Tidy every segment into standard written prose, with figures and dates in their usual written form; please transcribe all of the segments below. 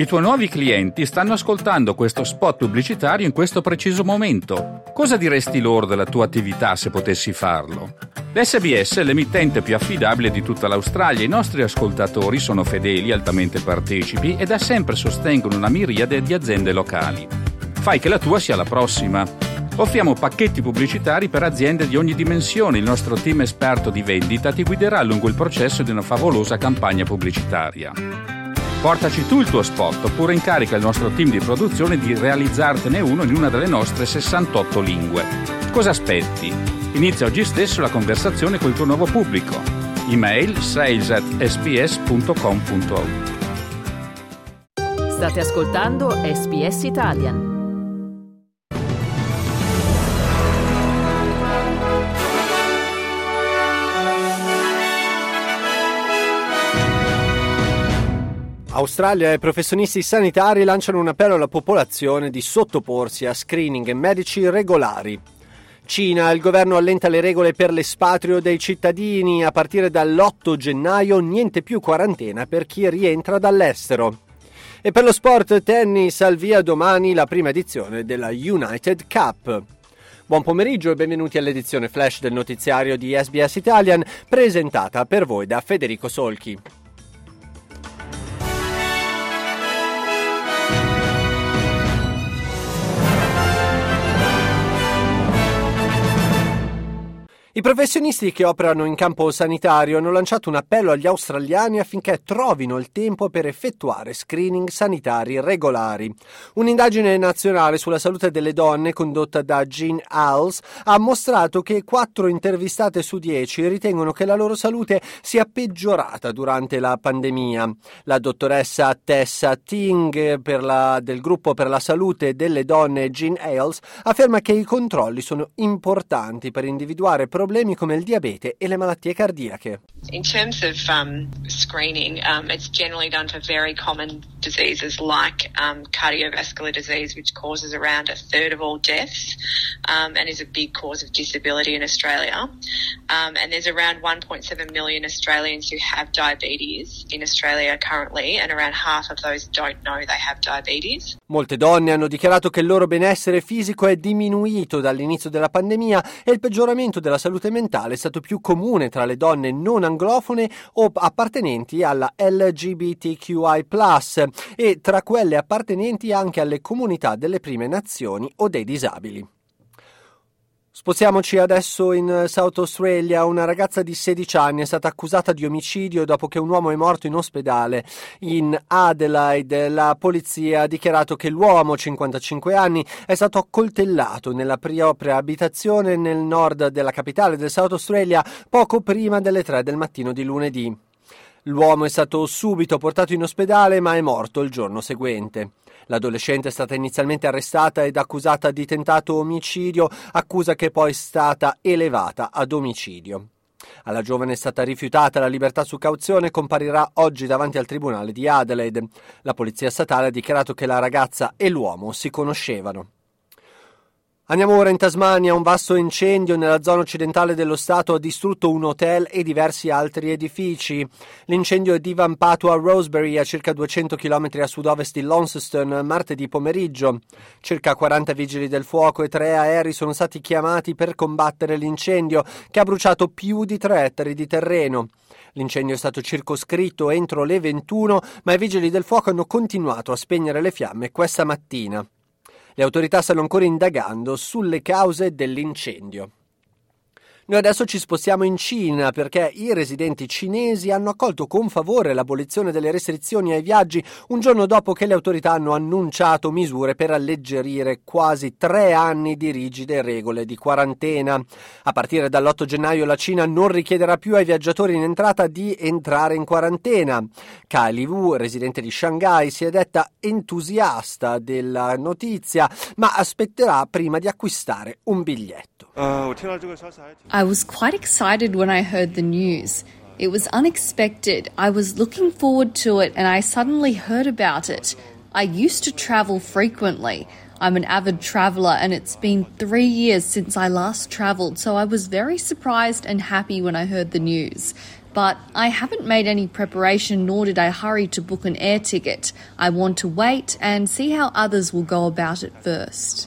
I tuoi nuovi clienti stanno ascoltando questo spot pubblicitario in questo preciso momento. Cosa diresti loro della tua attività se potessi farlo? L'SBS è l'emittente più affidabile di tutta l'Australia. I nostri ascoltatori sono fedeli, altamente partecipi e da sempre sostengono una miriade di aziende locali. Fai che la tua sia la prossima. Offriamo pacchetti pubblicitari per aziende di ogni dimensione. Il nostro team esperto di vendita ti guiderà lungo il processo di una favolosa campagna pubblicitaria. Portaci tu il tuo spot oppure incarica il nostro team di produzione di realizzartene uno in una delle nostre 68 lingue. Cosa aspetti? Inizia oggi stesso la conversazione col tuo nuovo pubblico. Email sales@sbs.com.au. State ascoltando SBS Italian. Australia e professionisti sanitari lanciano un appello alla popolazione di sottoporsi a screening medici regolari. Cina, il governo allenta le regole per l'espatrio dei cittadini. A partire dall'8 gennaio niente più quarantena per chi rientra dall'estero. E per lo sport tennis al via domani la prima edizione della United Cup. Buon pomeriggio e benvenuti all'edizione flash del notiziario di SBS Italian, presentata per voi da Federico Solchi. I professionisti che operano in campo sanitario hanno lanciato un appello agli australiani affinché trovino il tempo per effettuare screening sanitari regolari. Un'indagine nazionale sulla salute delle donne condotta da Jean Alls ha mostrato che 4 intervistate su 10 ritengono che la loro salute sia peggiorata durante la pandemia. La dottoressa Tessa Ting del gruppo per la salute delle donne Jean Alls afferma che i controlli sono importanti per individuare problemi come il diabete e le malattie cardiache. In terms of screening, it's generally done for very common diseases like cardiovascular disease, which causes around a third of all deaths and is a big cause of disability in Australia. And there's around 1.7 million Australians who have diabetes in Australia currently, and around half of those don't know they have diabetes. Molte donne hanno dichiarato che il loro benessere fisico è diminuito dall'inizio della pandemia e il peggioramento della salute mentale è stato più comune tra le donne non anglofone o appartenenti alla LGBTQI+, e tra quelle appartenenti anche alle comunità delle prime nazioni o dei disabili. Spostiamoci adesso in South Australia. Una ragazza di 16 anni è stata accusata di omicidio dopo che un uomo è morto in ospedale. In Adelaide la polizia ha dichiarato che l'uomo, 55 anni, è stato accoltellato nella propria abitazione nel nord della capitale del South Australia poco prima delle 3 del mattino di lunedì. L'uomo è stato subito portato in ospedale ma è morto il giorno seguente. L'adolescente è stata inizialmente arrestata ed accusata di tentato omicidio, accusa che poi è stata elevata ad omicidio. Alla giovane è stata rifiutata la libertà su cauzione e comparirà oggi davanti al tribunale di Adelaide. La polizia statale ha dichiarato che la ragazza e l'uomo si conoscevano. Andiamo ora in Tasmania. Un vasto incendio nella zona occidentale dello stato ha distrutto un hotel e diversi altri edifici. L'incendio è divampato a Rosebery, a circa 200 km a sud-ovest di Launceston, martedì pomeriggio. Circa 40 vigili del fuoco e 3 aerei sono stati chiamati per combattere l'incendio, che ha bruciato più di 3 ettari di terreno. L'incendio è stato circoscritto entro le 21, ma i vigili del fuoco hanno continuato a spegnere le fiamme questa mattina. Le autorità stanno ancora indagando sulle cause dell'incendio. Noi adesso ci spostiamo in Cina perché i residenti cinesi hanno accolto con favore l'abolizione delle restrizioni ai viaggi un giorno dopo che le autorità hanno annunciato misure per alleggerire quasi 3 anni di rigide regole di quarantena. A partire dall'8 gennaio la Cina non richiederà più ai viaggiatori in entrata di entrare in quarantena. Kylie Wu, residente di Shanghai, si è detta entusiasta della notizia, ma aspetterà prima di acquistare un biglietto. I was quite excited when I heard the news. It was unexpected. I was looking forward to it and I suddenly heard about it. I used to travel frequently. I'm an avid traveller and it's been 3 years since I last travelled, so I was very surprised and happy when I heard the news. But I haven't made any preparation, nor did I hurry to book an air ticket. I want to wait and see how others will go about it first.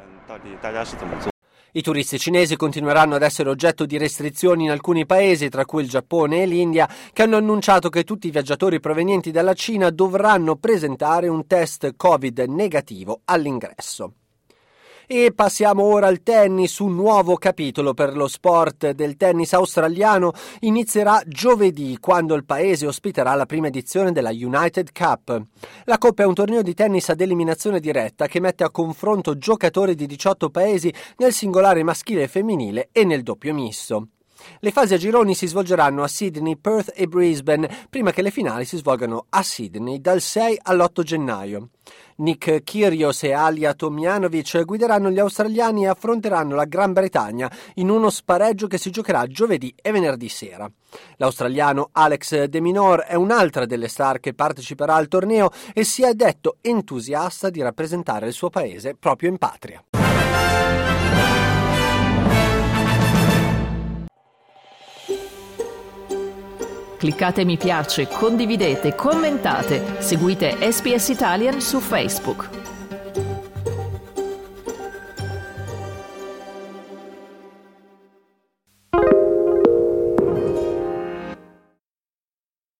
I turisti cinesi continueranno ad essere oggetto di restrizioni in alcuni paesi, tra cui il Giappone e l'India, che hanno annunciato che tutti i viaggiatori provenienti dalla Cina dovranno presentare un test Covid negativo all'ingresso. E passiamo ora al tennis. Un nuovo capitolo per lo sport del tennis australiano inizierà giovedì, quando il paese ospiterà la prima edizione della United Cup. La Coppa è un torneo di tennis ad eliminazione diretta che mette a confronto giocatori di 18 paesi nel singolare maschile e femminile e nel doppio misto. Le fasi a gironi si svolgeranno a Sydney, Perth e Brisbane, prima che le finali si svolgano a Sydney dal 6 all'8 gennaio. Nick Kyrgios e Alia Tomljanovic guideranno gli australiani e affronteranno la Gran Bretagna in uno spareggio che si giocherà giovedì e venerdì sera. L'australiano Alex de Minaur è un'altra delle star che parteciperà al torneo e si è detto entusiasta di rappresentare il suo paese proprio in patria. Cliccate mi piace, condividete, commentate, seguite SBS Italian su Facebook.